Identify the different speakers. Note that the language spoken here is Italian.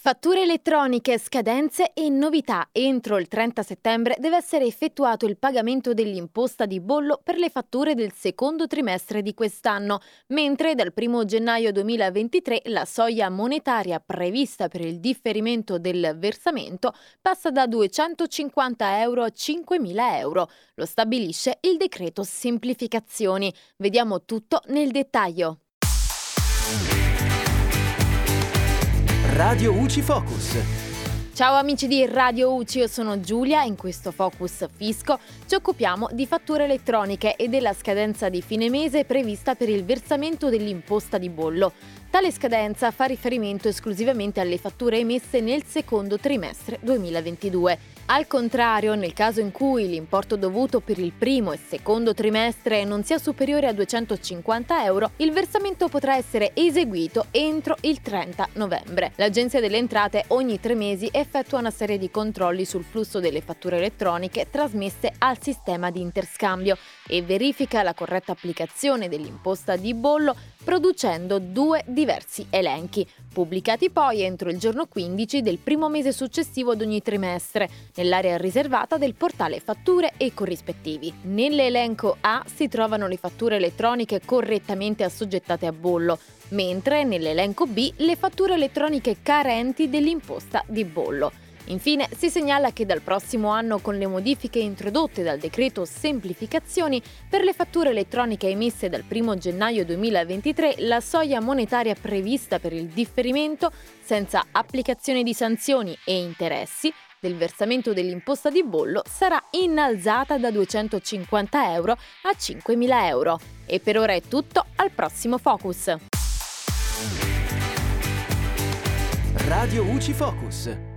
Speaker 1: Fatture elettroniche, scadenze e novità. Entro il 30 settembre deve essere effettuato il pagamento dell'imposta di bollo per le fatture del secondo trimestre di quest'anno, mentre dal 1 gennaio 2023 la soglia monetaria prevista per il differimento del versamento passa da 250 euro a 5.000 euro. Lo stabilisce il decreto semplificazioni. Vediamo tutto nel dettaglio.
Speaker 2: Radio UCI Focus.
Speaker 1: Ciao amici di Radio UCI, io sono Giulia e in questo Focus Fisco ci occupiamo di fatture elettroniche e della scadenza di fine mese prevista per il versamento dell'imposta di bollo. Tale scadenza fa riferimento esclusivamente alle fatture emesse nel secondo trimestre 2022. Al contrario, nel caso in cui l'importo dovuto per il primo e secondo trimestre non sia superiore a 250 euro, il versamento potrà essere eseguito entro il 30 novembre. L'Agenzia delle Entrate ogni 3 mesi effettua una serie di controlli sul flusso delle fatture elettroniche trasmesse al sistema di interscambio e verifica la corretta applicazione dell'imposta di bollo producendo 2 diversi elenchi, pubblicati poi entro il giorno 15 del primo mese successivo ad ogni trimestre, nell'area riservata del portale Fatture e corrispettivi. Nell'elenco A si trovano le fatture elettroniche correttamente assoggettate a bollo, mentre nell'elenco B le fatture elettroniche carenti dell'imposta di bollo. Infine si segnala che dal prossimo anno, con le modifiche introdotte dal decreto semplificazioni, per le fatture elettroniche emesse dal 1 gennaio 2023 la soglia monetaria prevista per il differimento, senza applicazione di sanzioni e interessi, del versamento dell'imposta di bollo sarà innalzata da 250 euro a 5.000 euro. E per ora è tutto, al prossimo Focus.
Speaker 2: Radio UCI Focus.